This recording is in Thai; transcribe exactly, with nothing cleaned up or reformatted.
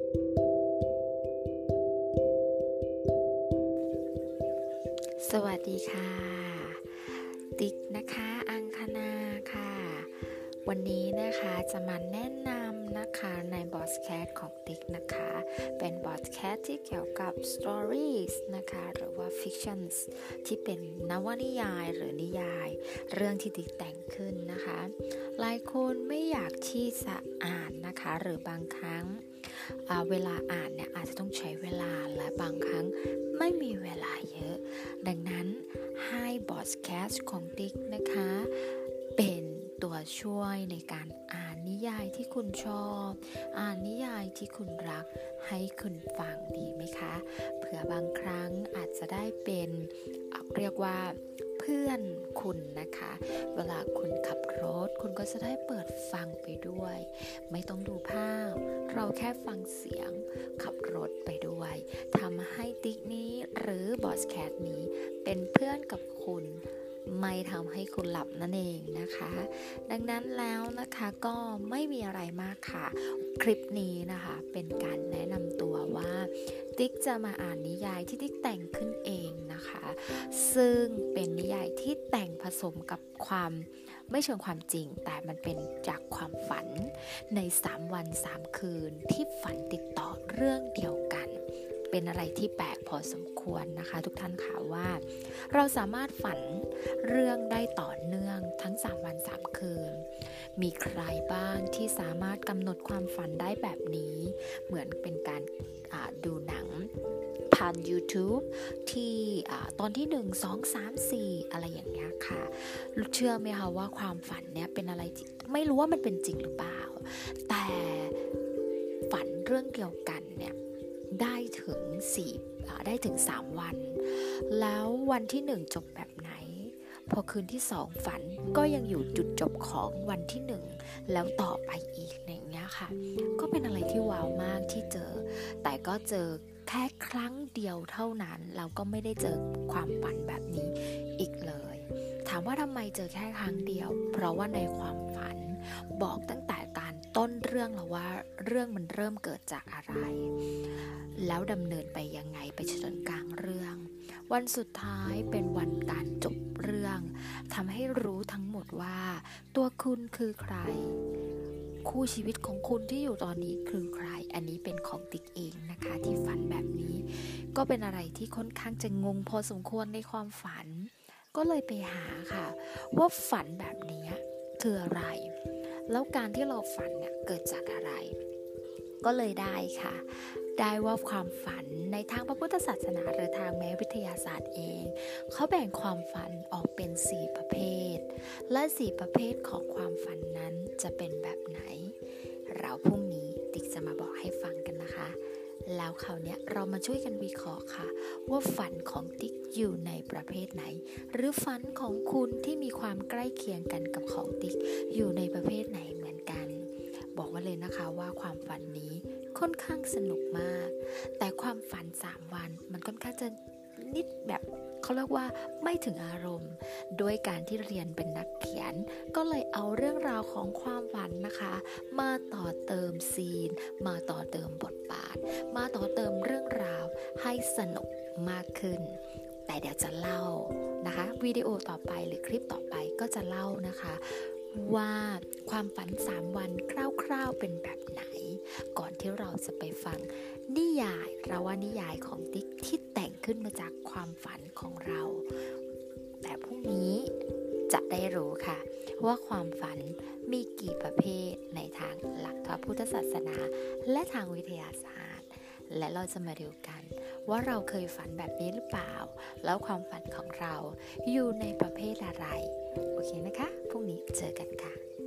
สวัสดีค่ะติ๊กนะคะอังคณาค่ะวันนี้นะคะจะมาแนะนำนะคะในบอดแคสต์ของติ๊กนะคะเป็นบอดแคสต์ที่เกี่ยวกับ stories นะคะหรือว่า fictions ที่เป็นนวนิยายหรือนิยายเรื่องที่ติ๊กแต่งขึ้นนะคะหลายคนไม่อยากที่จะอ่านนะคะหรือบางครั้งเวลาอ่านเนี่ยอาจจะต้องใช้เวลาและบางครั้งไม่มีเวลาเยอะดังนั้นให้บอดแคสต์ของติ๊กนะคะเป็นตัวช่วยในการอ่านนิยายที่คุณชอบอ่านนิยายที่คุณรักให้คุณฟังดีไหมคะเผื่อบางครั้งอาจจะได้เป็นเรียกว่าเพื่อนคุณนะคะเวลาคุณขับรถคุณก็จะได้เปิดฟังไปด้วยไม่ต้องดูภาพเราแค่ฟังเสียงขับรถไปด้วยทำให้ติ๊กนี้หรือบอดแคสต์นี้เป็นเพื่อนกับคุณไม่ทำให้คุณหลับนั่นเองนะคะดังนั้นแล้วนะคะก็ไม่มีอะไรมากค่ะคลิปนี้นะคะเป็นการแนะนำตัวว่าติ๊กจะมาอ่านนิยายที่ติ๊กแต่งขึ้นเองนะคะซึ่งเป็นนิยายที่แต่งผสมกับความไม่เชิงความจริงแต่มันเป็นจากความฝันในสามวันสามคืนที่ฝันติดต่อเรื่องเดียวกันเป็นอะไรที่แปลกพอสมควรนะคะทุกท่านค่ะว่าเราสามารถฝันเรื่องได้ต่อเนื่องทั้งสามวันสามคืนมีใครบ้างที่สามารถกำหนดความฝันได้แบบนี้เหมือนเป็นการดูหนังผ่าน YouTube ที่ตอนที่หนึ่ง สอง สาม สี่อะไรอย่างเงี้ยค่ะเชื่อไหมคะว่าความฝันเนี้ยเป็นอะไรที่ไม่รู้ว่ามันเป็นจริงหรือเปล่าแต่ฝันเรื่องเดียวกันเนี่ยได้ถึงสี่ได้ถึงสามวันแล้ววันที่หนึ่งจบแบบไหนพอคืนที่สองฝันก็ยังอยู่จุดจบของวันที่หนึ่งแล้วต่อไปอีกอย่างเงี้ยค่ะก็เป็นอะไรที่ว้าวมากที่เจอแต่ก็เจอแค่ครั้งเดียวเท่านั้นเราก็ไม่ได้เจอความฝันแบบนี้อีกเลยถามว่าทำไมเจอแค่ครั้งเดียวเพราะว่าในความฝันบอกตั้งแต่การต้นเรื่องแล้วว่าเรื่องมันเริ่มเกิดจากอะไรแล้วดำเนินไปยังไงไปจนกลางเรื่องวันสุดท้ายเป็นวันการจบเรื่องทำให้รู้ทั้งหมดว่าตัวคุณคือใครคู่ชีวิตของคุณที่อยู่ตอนนี้คือใครอันนี้เป็นของติ๊กเองนะคะที่ฝันแบบนี้ก็เป็นอะไรที่ค่อนข้างจะงงพอสมควรในความฝันก็เลยไปหาค่ะว่าฝันแบบนี้คืออะไรแล้วการที่เราฝันเนี่ยเกิดจากอะไรก็เลยได้ค่ะได้ว่าความฝันในทางพระพุทธศาสนาหรือทางแม้วิทยาศาสตร์เองเขาแบ่งความฝันออกเป็นสี่ประเภทและสี่ประเภทของความฝันนั้นจะเป็นแบบไหนเราพรุ่งนี้ติ๊กจะมาบอกให้ฟังกันนะคะแล้วคราวนี้เรามาช่วยกันวิเคราะห์ค่ะว่าฝันของติ๊กอยู่ในประเภทไหนหรือฝันของคุณที่มีความใกล้เคียงกันกับของติ๊กอยู่ในประเภทไหนเหมือนกันบอกไว้เลยนะคะว่าความฝันนี้ค่อนข้างสนุกมากแต่ความฝันสามวันมันค่อนข้างจะนิดแบบเขาเรียกว่าไม่ถึงอารมณ์โดยการที่เรียนเป็นนักเขียนก็เลยเอาเรื่องราวของความฝันนะคะมาต่อเติมซีนมาต่อเติมบทบาทมาต่อเติมเรื่องราวให้สนุกมากขึ้นแต่เดี๋ยวจะเล่านะคะวิดีโอต่อไปหรือคลิปต่อไปก็จะเล่านะคะว่าความฝันสามวันคร่าวๆเป็นแบบไหนก่อนที่เราจะไปฟังนิยายเราว่านิยายของติ๊กที่แต่งขึ้นมาจากความฝันของเราแต่พรุ่งนี้จะได้รู้ค่ะว่าความฝันมีกี่ประเภทในทางหลักพระพุทธศาสนาและทางวิทยาศาสตร์และเราจะมาดูกันว่าเราเคยฝันแบบนี้หรือเปล่าแล้วความฝันของเราอยู่ในประเภทอะไรโอเคนะคะพรุ่งนี้เจอกันค่ะ